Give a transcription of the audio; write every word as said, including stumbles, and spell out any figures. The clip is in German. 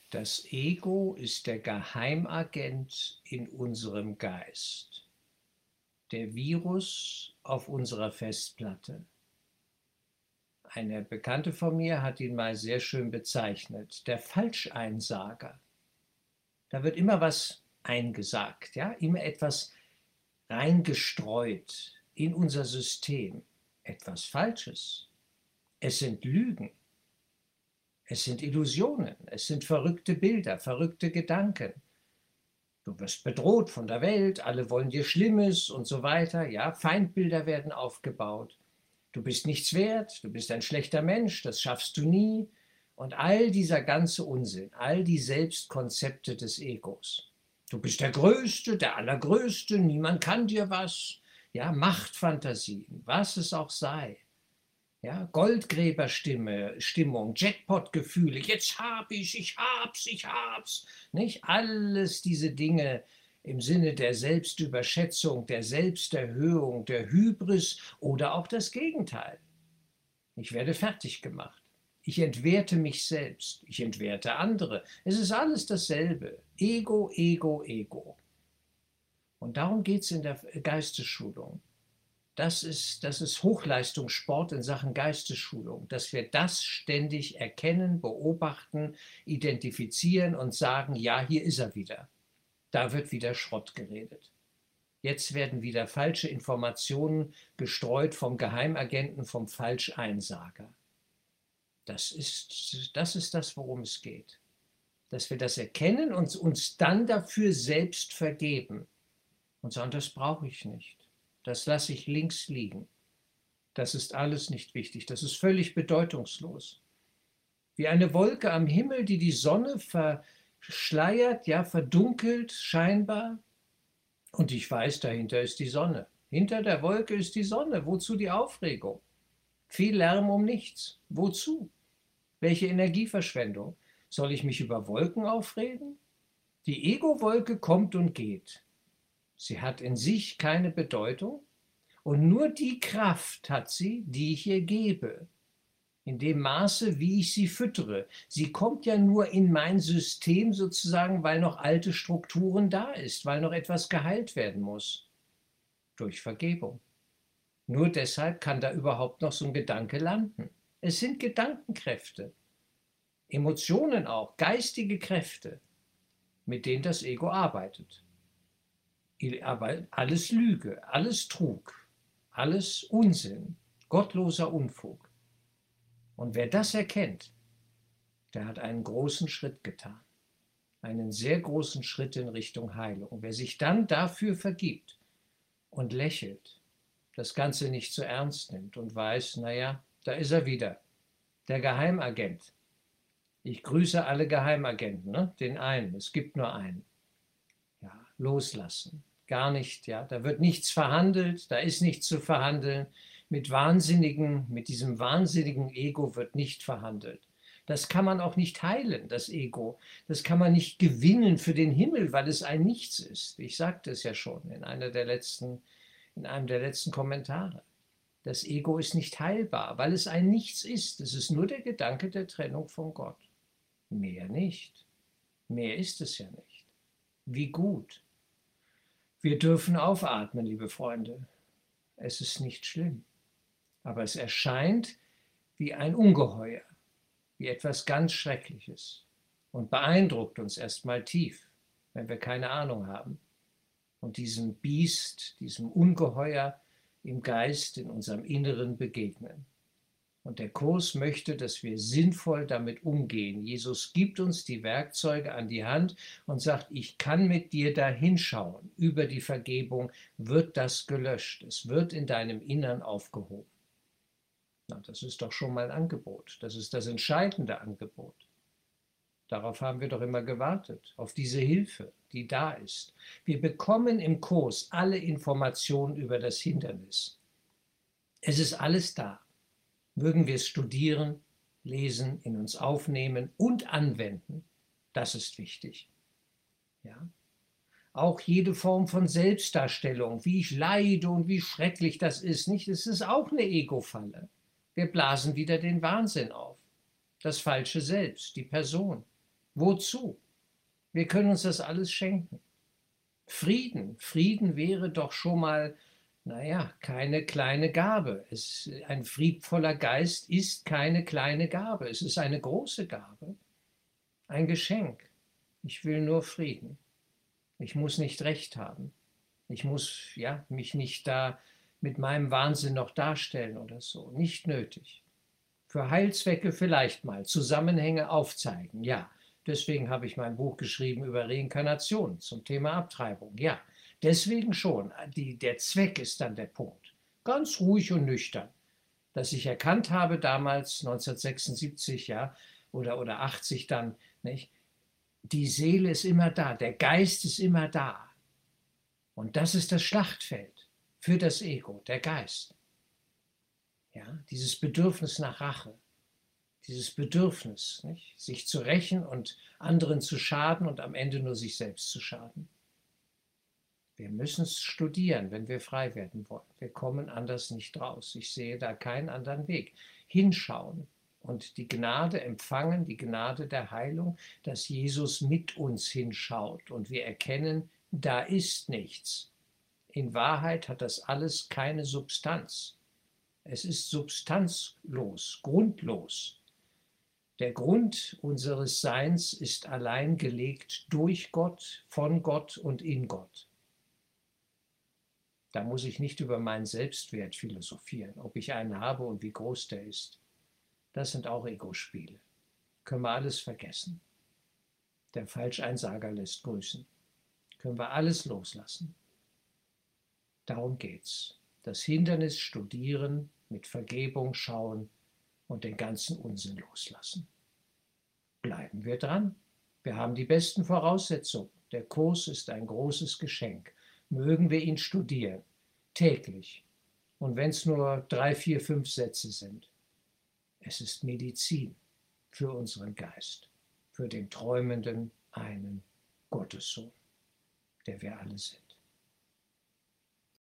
Das Ego ist der Geheimagent in unserem Geist, der Virus auf unserer Festplatte. Eine Bekannte von mir hat ihn mal sehr schön bezeichnet, der Falscheinsager. Da wird immer was eingesagt, ja, immer etwas reingestreut in unser System, etwas Falsches. Es sind Lügen. Es sind Illusionen, es sind verrückte Bilder, verrückte Gedanken. Du wirst bedroht von der Welt, alle wollen dir Schlimmes und so weiter. Ja, Feindbilder werden aufgebaut. Du bist nichts wert, du bist ein schlechter Mensch, das schaffst du nie. Und all dieser ganze Unsinn, all die Selbstkonzepte des Egos. Du bist der Größte, der Allergrößte, niemand kann dir was. Ja, Machtfantasien, was es auch sei. Ja, Goldgräberstimme, Stimmung, Jackpot-Gefühle, jetzt hab ich, ich hab's, ich hab's. Nicht alles diese Dinge im Sinne der Selbstüberschätzung, der Selbsterhöhung, der Hybris oder auch das Gegenteil. Ich werde fertig gemacht. Ich entwerte mich selbst, ich entwerte andere. Es ist alles dasselbe. Ego, Ego, Ego. Und darum geht es in der Geistesschulung. Das ist, das ist Hochleistungssport in Sachen Geistesschulung, dass wir das ständig erkennen, beobachten, identifizieren und sagen, ja, hier ist er wieder. Da wird wieder Schrott geredet. Jetzt werden wieder falsche Informationen gestreut vom Geheimagenten, vom Falscheinsager. Das ist, das ist das, worum es geht. Dass wir das erkennen und uns dann dafür selbst vergeben und sagen, das brauche ich nicht. Das lasse ich links liegen. Das ist alles nicht wichtig. Das ist völlig bedeutungslos. Wie eine Wolke am Himmel, die die Sonne verschleiert, ja, verdunkelt scheinbar. Und ich weiß, dahinter ist die Sonne. Hinter der Wolke ist die Sonne. Wozu die Aufregung? Viel Lärm um nichts. Wozu? Welche Energieverschwendung? Soll ich mich über Wolken aufregen? Die Ego-Wolke kommt und geht. Sie hat in sich keine Bedeutung und nur die Kraft hat sie, die ich ihr gebe. In dem Maße, wie ich sie füttere. Sie kommt ja nur in mein System sozusagen, weil noch alte Strukturen da ist, weil noch etwas geheilt werden muss. Durch Vergebung. Nur deshalb kann da überhaupt noch so ein Gedanke landen. Es sind Gedankenkräfte, Emotionen auch, geistige Kräfte, mit denen das Ego arbeitet. Aber alles Lüge, alles Trug, alles Unsinn, gottloser Unfug. Und wer das erkennt, der hat einen großen Schritt getan, einen sehr großen Schritt in Richtung Heilung. Wer sich dann dafür vergibt und lächelt, das Ganze nicht zu ernst nimmt und weiß, naja, da ist er wieder, der Geheimagent. Ich grüße alle Geheimagenten, ne? Den einen, es gibt nur einen. Ja, loslassen. Gar nicht, ja. Da wird nichts verhandelt, da ist nichts zu verhandeln. Mit Wahnsinnigen, mit diesem wahnsinnigen Ego wird nicht verhandelt. Das kann man auch nicht heilen, das Ego. Das kann man nicht gewinnen für den Himmel, weil es ein Nichts ist. Ich sagte es ja schon in einer der letzten, in einem der letzten Kommentare. Das Ego ist nicht heilbar, weil es ein Nichts ist. Es ist nur der Gedanke der Trennung von Gott. Mehr nicht. Mehr ist es ja nicht. Wie gut. Wir dürfen aufatmen, liebe Freunde. Es ist nicht schlimm. Aber es erscheint wie ein Ungeheuer, wie etwas ganz Schreckliches und beeindruckt uns erstmal tief, wenn wir keine Ahnung haben. Und diesem Biest, diesem Ungeheuer im Geist, in unserem Inneren begegnen. Und der Kurs möchte, dass wir sinnvoll damit umgehen. Jesus gibt uns die Werkzeuge an die Hand und sagt, ich kann mit dir da hinschauen. Über die Vergebung wird das gelöscht. Es wird in deinem Innern aufgehoben. Na, das ist doch schon mal ein Angebot. Das ist das entscheidende Angebot. Darauf haben wir doch immer gewartet, auf diese Hilfe, die da ist. Wir bekommen im Kurs alle Informationen über das Hindernis. Es ist alles da. Mögen wir es studieren, lesen, in uns aufnehmen und anwenden. Das ist wichtig. Ja? Auch jede Form von Selbstdarstellung, wie ich leide und wie schrecklich das ist, nicht? Es ist auch eine Ego-Falle. Wir blasen wieder den Wahnsinn auf. Das falsche Selbst, die Person. Wozu? Wir können uns das alles schenken. Frieden, Frieden wäre doch schon mal, naja, keine kleine Gabe. Es, ein friedvoller Geist ist keine kleine Gabe, es ist eine große Gabe, ein Geschenk. Ich will nur Frieden. Ich muss nicht Recht haben. Ich muss ja, mich nicht da mit meinem Wahnsinn noch darstellen oder so. Nicht nötig. Für Heilzwecke vielleicht mal. Zusammenhänge aufzeigen. Ja, deswegen habe ich mein Buch geschrieben über Reinkarnation zum Thema Abtreibung. Ja, deswegen schon. Die, der Zweck ist dann der Punkt. Ganz ruhig und nüchtern. Dass ich erkannt habe damals, neunzehnhundertsechsundsiebzig, ja, oder, oder achtzig dann, nicht? Die Seele ist immer da, der Geist ist immer da. Und das ist das Schlachtfeld für das Ego, der Geist. Ja, dieses Bedürfnis nach Rache, dieses Bedürfnis, nicht? Sich zu rächen und anderen zu schaden und am Ende nur sich selbst zu schaden. Wir müssen es studieren, wenn wir frei werden wollen. Wir kommen anders nicht raus. Ich sehe da keinen anderen Weg. Hinschauen und die Gnade empfangen, die Gnade der Heilung, dass Jesus mit uns hinschaut und wir erkennen, da ist nichts. In Wahrheit hat das alles keine Substanz. Es ist substanzlos, grundlos. Der Grund unseres Seins ist allein gelegt durch Gott, von Gott und in Gott. Da muss ich nicht über meinen Selbstwert philosophieren, ob ich einen habe und wie groß der ist. Das sind auch Ego-Spiele. Können wir alles vergessen. Der Falscheinsager lässt grüßen. Können wir alles loslassen. Darum geht's. Das Hindernis studieren, mit Vergebung schauen und den ganzen Unsinn loslassen. Bleiben wir dran. Wir haben die besten Voraussetzungen. Der Kurs ist ein großes Geschenk. Mögen wir ihn studieren, täglich. Und wenn es nur drei, vier, fünf Sätze sind. Es ist Medizin für unseren Geist, für den träumenden einen Gottessohn, der wir alle sind.